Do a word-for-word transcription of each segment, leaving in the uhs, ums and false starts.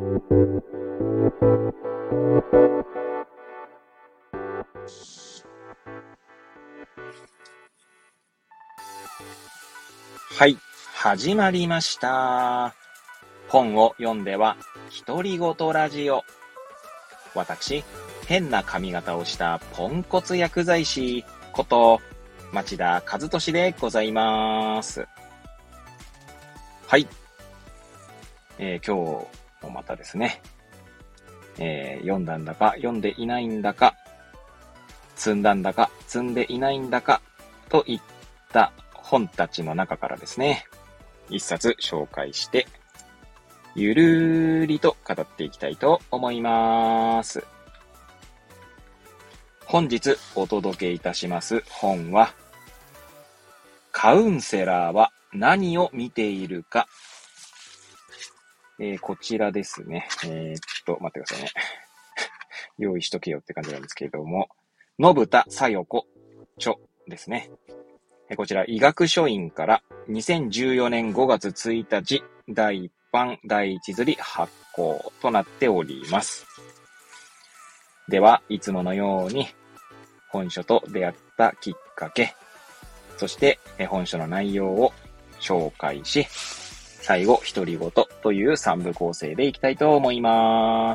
はい、始まりました。本を読んでは独り言ラジオ。私、変な髪型をしたポンコツ薬剤師こと町田和俊でございます。はい、えー、今日もまたですね、えー、読んだんだか読んでいないんだか、積んだんだか積んでいないんだかといった本たちの中からですね、一冊紹介してゆるーりと語っていきたいと思います。本日お届けいたします本は、カウンセラーは何を見ているか。えー、こちらですね。えー、っと、待ってくださいね。用意しとけよって感じなんですけれども、信田さよ子著ですね。こちら医学書院からにせんじゅうよねんごがつついたちだいいっばんだいいち刷り発行となっております。では、いつものように本書と出会ったきっかけ、そして本書の内容を紹介し、最後独り言というさんぶ構成でいきたいと思います。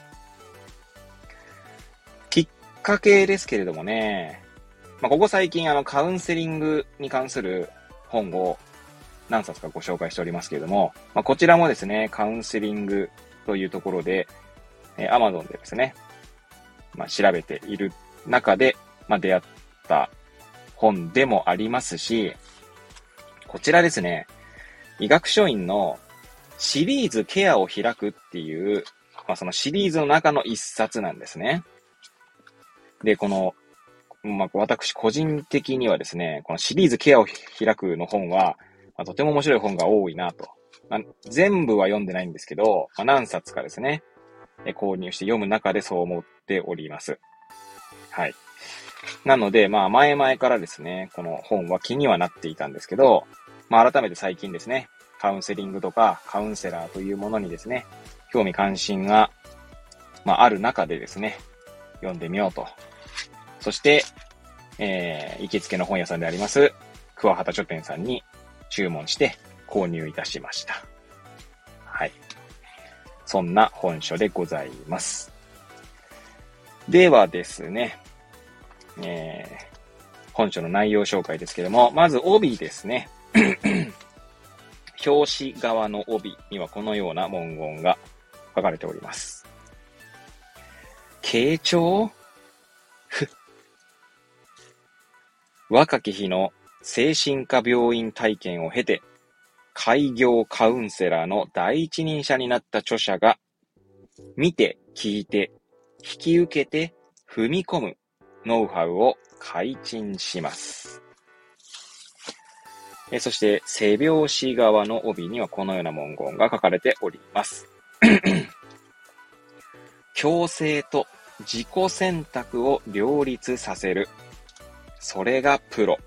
きっかけですけれどもね、まあ、ここ最近あのカウンセリングに関する本を何冊かご紹介しておりますけれども、まあ、こちらもですね、カウンセリングというところで、えー、Amazon でですね、まあ、調べている中で、まあ、出会った本でもありますし、こちらですね、医学書院のシリーズケアを開くっていう、まあ、そのシリーズの中の一冊なんですね。で、この、まあ、私個人的にはですね、このシリーズケアを開くの本は、まあ、とても面白い本が多いなと。まあ、全部は読んでないんですけど、まあ、何冊かですね、購入して読む中でそう思っております。はい。なので、まあ前々からですね、この本は気にはなっていたんですけど、まあ改めて最近ですね、カウンセリングとかカウンセラーというものにですね、興味関心が、まあ、ある中でですね、読んでみようと。そして、えー、行きつけの本屋さんであります、桑畑書店さんに注文して購入いたしました。はい。そんな本書でございます。ではですね、えー、本書の内容紹介ですけども、まず帯ですね。表紙側の帯にはこのような文言が書かれております。傾聴？若き日の精神科病院体験を経て、開業カウンセラーの第一人者になった著者が、見て、聞いて、引き受けて、踏み込むノウハウを開陳します。えそして、背表紙側の帯にはこのような文言が書かれております。強制と自己選択を両立させる。それがプロ。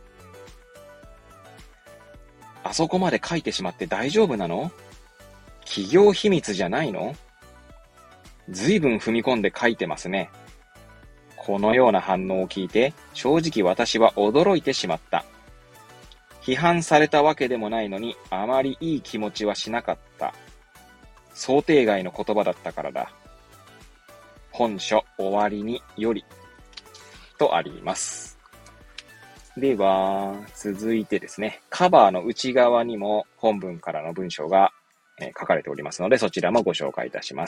あそこまで書いてしまって大丈夫なの？企業秘密じゃないの？ずいぶん踏み込んで書いてますね。このような反応を聞いて、正直私は驚いてしまった。批判されたわけでもないのに、あまりいい気持ちはしなかった。想定外の言葉だったからだ。本書終わりにより、とあります。では、続いてですね、カバーの内側にも本文からの文章が、えー、書かれておりますので、そちらもご紹介いたします。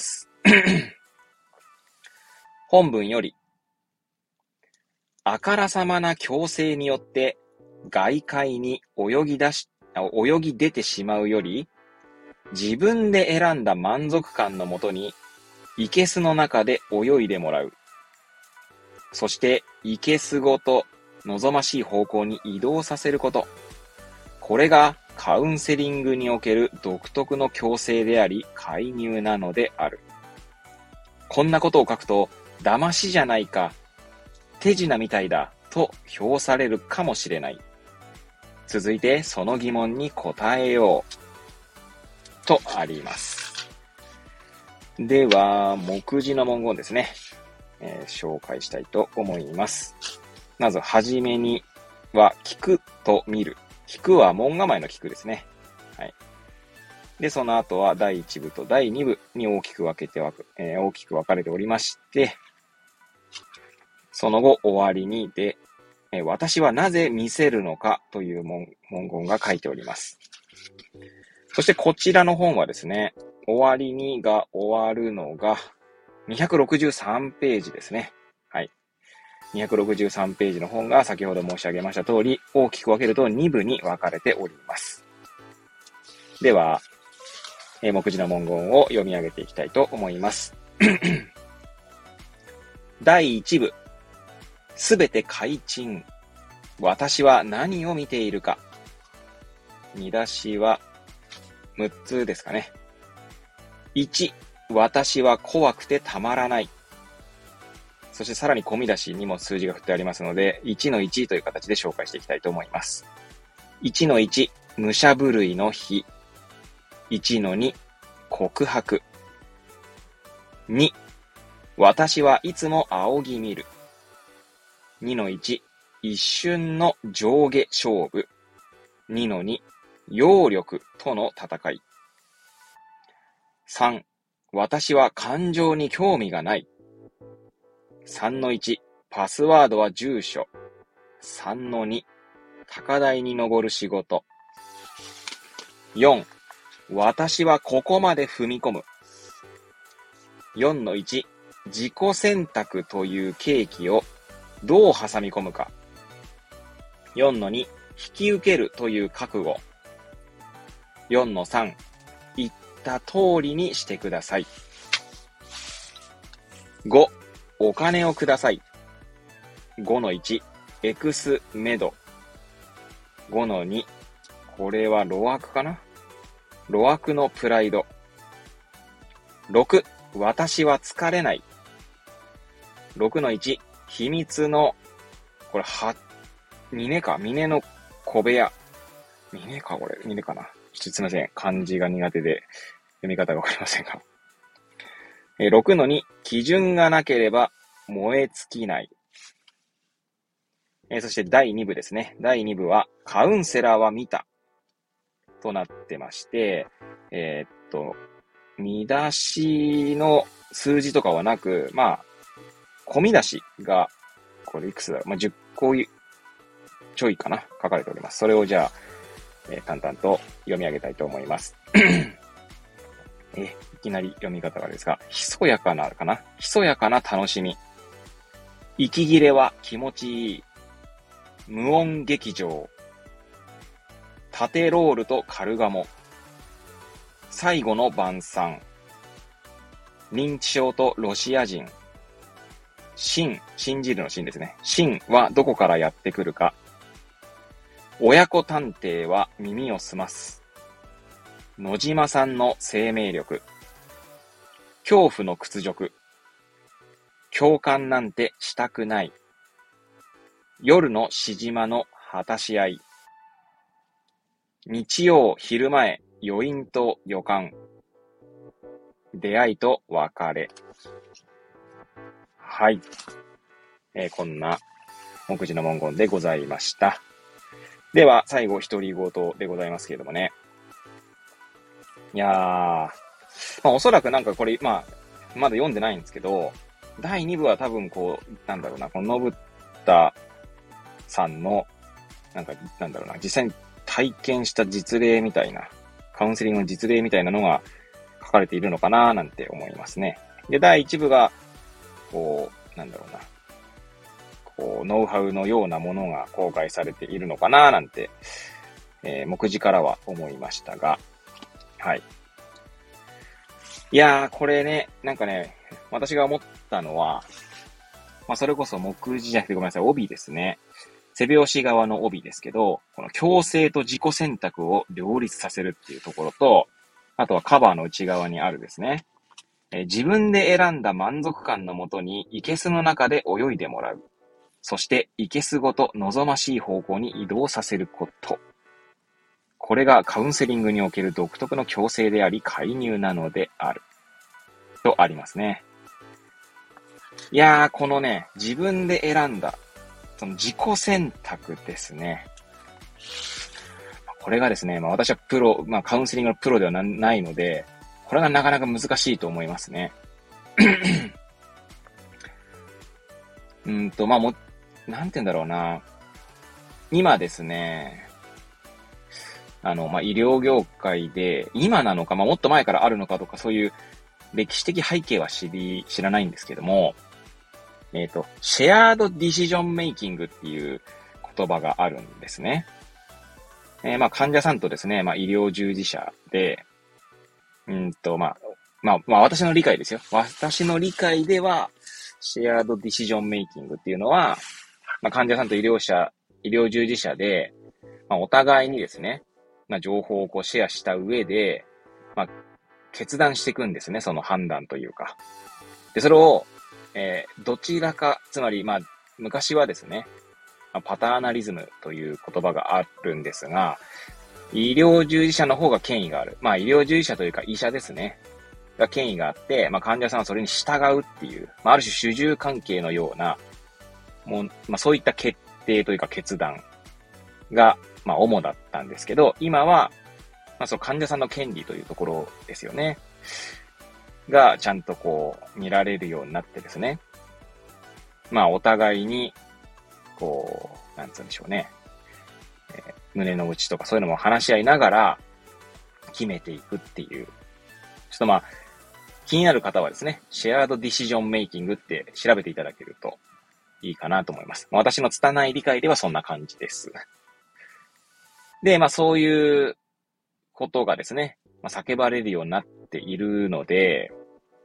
本文より、あからさまな強制によって外界に泳ぎ出し、泳ぎ出てしまうより、自分で選んだ満足感のもとに、いけすの中で泳いでもらう。そして、いけすごと望ましい方向に移動させること。これがカウンセリングにおける独特の強制であり、介入なのである。こんなことを書くと、騙しじゃないか、手品みたいだと評されるかもしれない。続いてその疑問に答えようとあります。 では、目次の文言ですね、えー、紹介したいと思います。まず、はじめには、聞くと見る。聞くは門構えの聞くですね。はい。で、その後はだいいち部とだいに部に大きく分けてわく、えー、大きく分かれておりまして、その後、終わりにで、えー、私はなぜ見せるのかという文言が書いております。そしてこちらの本はですね、終わりにが終わるのがにひゃくろくじゅうさんページですね。はい。にひゃくろくじゅうさんページの本が先ほど申し上げました通り、大きく分けるとに部に分かれております。では、えー、目次の文言を読み上げていきたいと思います。だいいち部、すべて開陳。私は何を見ているか。見出しはむっつですかね。いち、私は怖くてたまらない。そしてさらに込み出しにも数字が振ってありますので、いちのいちという形で紹介していきたいと思います。いちのいち、武者震いの日。いちのに、告白。に、私はいつも仰ぎ見る。にのいち、一瞬の上下勝負。にのに、揚力との戦い。さん、私は感情に興味がない。さんのいち、パスワードは住所。さんのに、高台に登る仕事。よん、私はここまで踏み込む。よんのいち、自己選択という契機をどう挟み込むか。よんのに、引き受けるという覚悟。よんのさん、言った通りにしてください。ご、お金をください。ごのいち、エクスメド。ごのに、これは路悪かな？路悪のプライド。ろく、私は疲れない。ろくのいち、秘密の、これ、は、峰か峰の小部屋。峰かこれ峰かなちょっとすいません。漢字が苦手で読み方がわかりませんが。えろくのに、基準がなければ燃え尽きない。えー、そしてだいに部ですね。だいに部は、カウンセラーは見た。となってまして、えー、っと、見出しの数字とかはなく、まあ、込み出しが、これいくつだろう、まあ、じゅっこちょいかな書かれております。それをじゃあ、えー、淡々と読み上げたいと思います。え、いきなり読み方がですが、ひそやかなかなひそやかな楽しみ。息切れは気持ちいい。無音劇場。縦ロールとカルガモ。最後の晩餐。認知症とロシア人。信、信じるの信ですね。信はどこからやってくるか。親子探偵は耳を澄ます。野島さんの生命力。恐怖の屈辱。共感なんてしたくない。夜のしじまの果たし合い。日曜昼前、余韻と予感。出会いと別れ。はい。えー、こんな目次の文言でございました。では、最後、独り言でございますけれどもね。いやー、まあ、おそらくなんかこれ、まあ、まだ読んでないんですけど、だいに部は多分こう、なんだろうな、この信田さんの、なんか、なんだろうな、実際に体験した実例みたいな、カウンセリングの実例みたいなのが書かれているのかななんて思いますね。で、だいいち部が、こう、なんだろうな、こう、ノウハウのようなものが公開されているのかななんて、えー、目次からは思いましたが、はい。いやー、これね、なんかね、私が思ったのは、まあ、それこそ目次じゃなくてごめんなさい、帯ですね。背拍子側の帯ですけど、この強制と自己選択を両立させるっていうところと、あとはカバーの内側にあるですね。えー、自分で選んだ満足感のもとに、イケスの中で泳いでもらう。そして、イケスごと望ましい方向に移動させること。これがカウンセリングにおける独特の強制であり、介入なのである。 とありますね。いやー、このね、自分で選んだ、その自己選択ですね。これがですね、まあ私はプロ、まあカウンセリングのプロではな、ないので、これがなかなか難しいと思いますね。うんと、まあも、なんて言うんだろうな。今ですね、あの、まあ医療業界で、今なのか、まあもっと前からあるのかとか、そういう歴史的背景は知り、知らないんですけども、えっと、シェアードディシジョンメイキングっていう言葉があるんですね。えー、まあ患者さんとですね、まあ医療従事者で、うんと、まあ、まあ、まあ私の理解ですよ。私の理解では、シェアードディシジョンメイキングっていうのは、まあ患者さんと医療者、医療従事者で、まあお互いにですね、まあ情報をこうシェアした上で、まあ決断していくんですね、その判断というか。で、それを、えー、どちらか、つまり、まあ、昔はですね、まあ、パターナリズムという言葉があるんですが、医療従事者の方が権威がある。まあ、医療従事者というか医者ですね。が権威があって、まあ、患者さんはそれに従うっていう、まあ、ある種主従関係のような、もう、まあ、そういった決定というか決断が、まあ、主だったんですけど、今は、まあ、そう、患者さんの権利というところですよね。が、ちゃんとこう、見られるようになってですね。まあ、お互いに、こう、なんつうんでしょうね。えー、胸の内とかそういうのも話し合いながら、決めていくっていう。ちょっとまあ、気になる方はですね、シェアードディシジョンメイキングって調べていただけるといいかなと思います。私の拙い理解ではそんな感じです。で、まあそういうことがですね、まあ、叫ばれるようになっているので、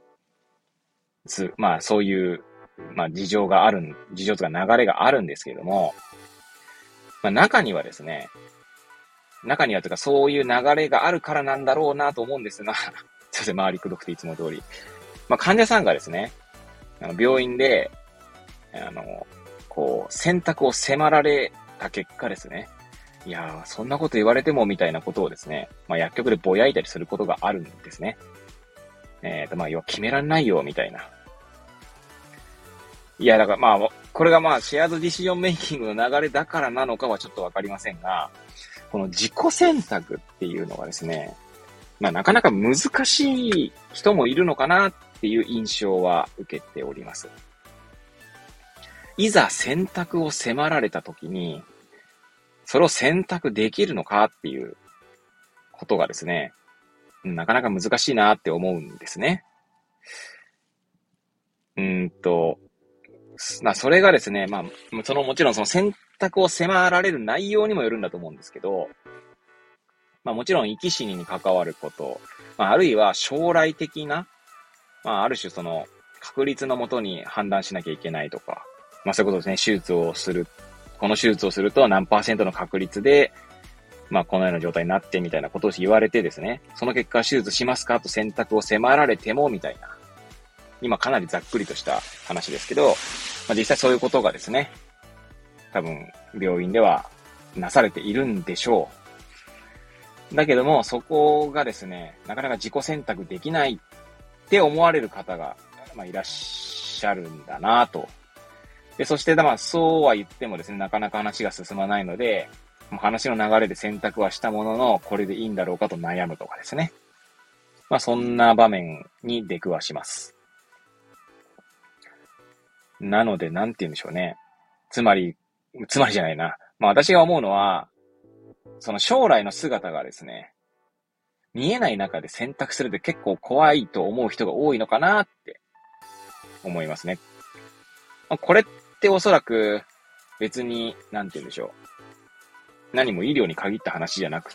まあそういう、まあ事情がある、事情とか流れがあるんですけれども、まあ中にはですね、中にはというかそういう流れがあるからなんだろうなと思うんですが、すいません、回りくどくていつも通り。まあ患者さんがですね、あの病院で、あの、こう、選択を迫られた結果ですね、いやー、そんなこと言われてもみたいなことをですね、まあ薬局でぼやいたりすることがあるんですね。えっと、まあ要は決めらんないよ、みたいな。いや、だからまあ、これがまあ、シェアードディシジョンメイキングの流れだからなのかはちょっとわかりませんが、この自己選択っていうのがですね、まあなかなか難しい人もいるのかなっていう印象は受けております。いざ選択を迫られた時に、それを選択できるのかっていうことがですね、なかなか難しいなって思うんですね。うーんと、まあ、それがですね、まあ、そのもちろんその選択を迫られる内容にもよるんだと思うんですけど、まあもちろん生き死にに関わること、まああるいは将来的な、まあある種その確率のもとに判断しなきゃいけないとか、まあそういうことですね、手術をする、この手術をすると何パーセントの確率で、まあこのような状態になってみたいなことを言われてですね、その結果手術しますかと選択を迫られてもみたいな、今かなりざっくりとした話ですけど、まあ、実際そういうことがですね、多分病院ではなされているんでしょう。だけども、そこがですね、なかなか自己選択できないって思われる方が、まあ、いらっしゃるんだなと。で、そして、まあ、そうは言ってもですね、なかなか話が進まないので、もう話の流れで選択はしたものの、これでいいんだろうかと悩むとかですね。まあ、そんな場面に出くわします。なので、なんて言うんでしょうね。つまり、つまりじゃないな。まあ私が思うのは、その将来の姿がですね、見えない中で選択するって結構怖いと思う人が多いのかなって思いますね。これっておそらく別に、なんて言うんでしょう。何も医療に限った話じゃなくって、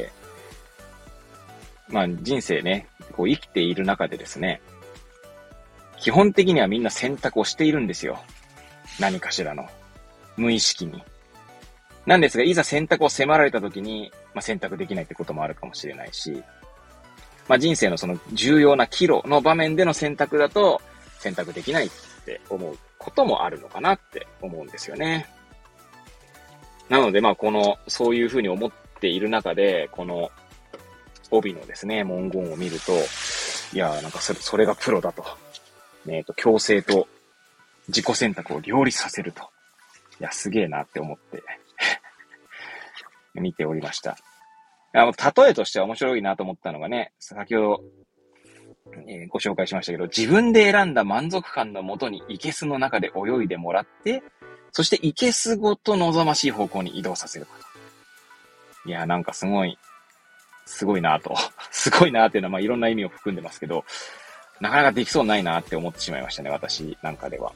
まあ人生ね、こう生きている中でですね、基本的にはみんな選択をしているんですよ。何かしらの。無意識に。なんですが、いざ選択を迫られた時に、まあ、選択できないってこともあるかもしれないし、まあ、人生のその重要な岐路の場面での選択だと、選択できないって思うこともあるのかなって思うんですよね。なので、まあ、この、そういうふうに思っている中で、この帯のですね、文言を見ると、 いやーなんかそれ、それがプロだと。えっと、強制と自己選択を両立させると。いや、すげえなって思って、見ておりました。あの、例えとしては面白いなと思ったのがね、先ほど、えー、ご紹介しましたけど、自分で選んだ満足感のもとにイケスの中で泳いでもらって、そしてイケスごと望ましい方向に移動させること。いや、なんかすごい、すごいなと。すごいなっていうのは、まあ、いろんな意味を含んでますけど、なかなかできそうないなって思ってしまいましたね、私なんかでは。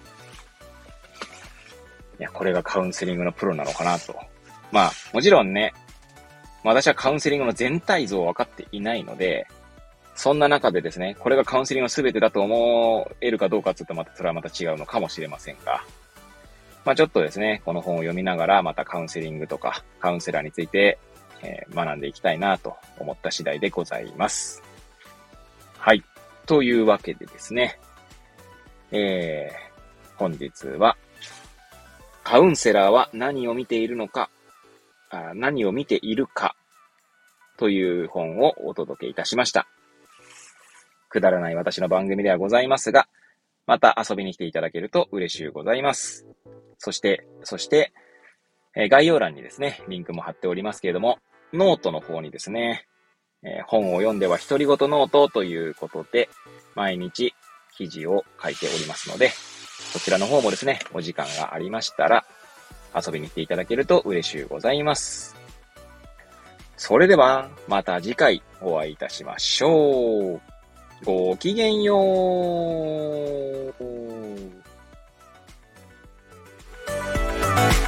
いや、これがカウンセリングのプロなのかなと。まあ、もちろんね、私はカウンセリングの全体像を分かっていないので、そんな中でですね、これがカウンセリングの全てだと思えるかどうかって言うとまたそれはまた違うのかもしれませんが、まあちょっとですね、この本を読みながらまたカウンセリングとかカウンセラーについて、えー、学んでいきたいなと思った次第でございます。はい。というわけでですね、えー、本日はカウンセラーは何を見ているのか、あ何を見ているかという本をお届けいたしました。くだらない私の番組ではございますが、また遊びに来ていただけると嬉しゅうございます。そして、そして、えー、概要欄にですね、リンクも貼っておりますけれども、ノートの方にですね、えー、本を読んでは独り言ノートということで、毎日記事を書いておりますので、そちらの方もですね、お時間がありましたら、遊びに来ていただけると嬉しゅうございます。それでは、また次回お会いいたしましょう。ごきげんよう。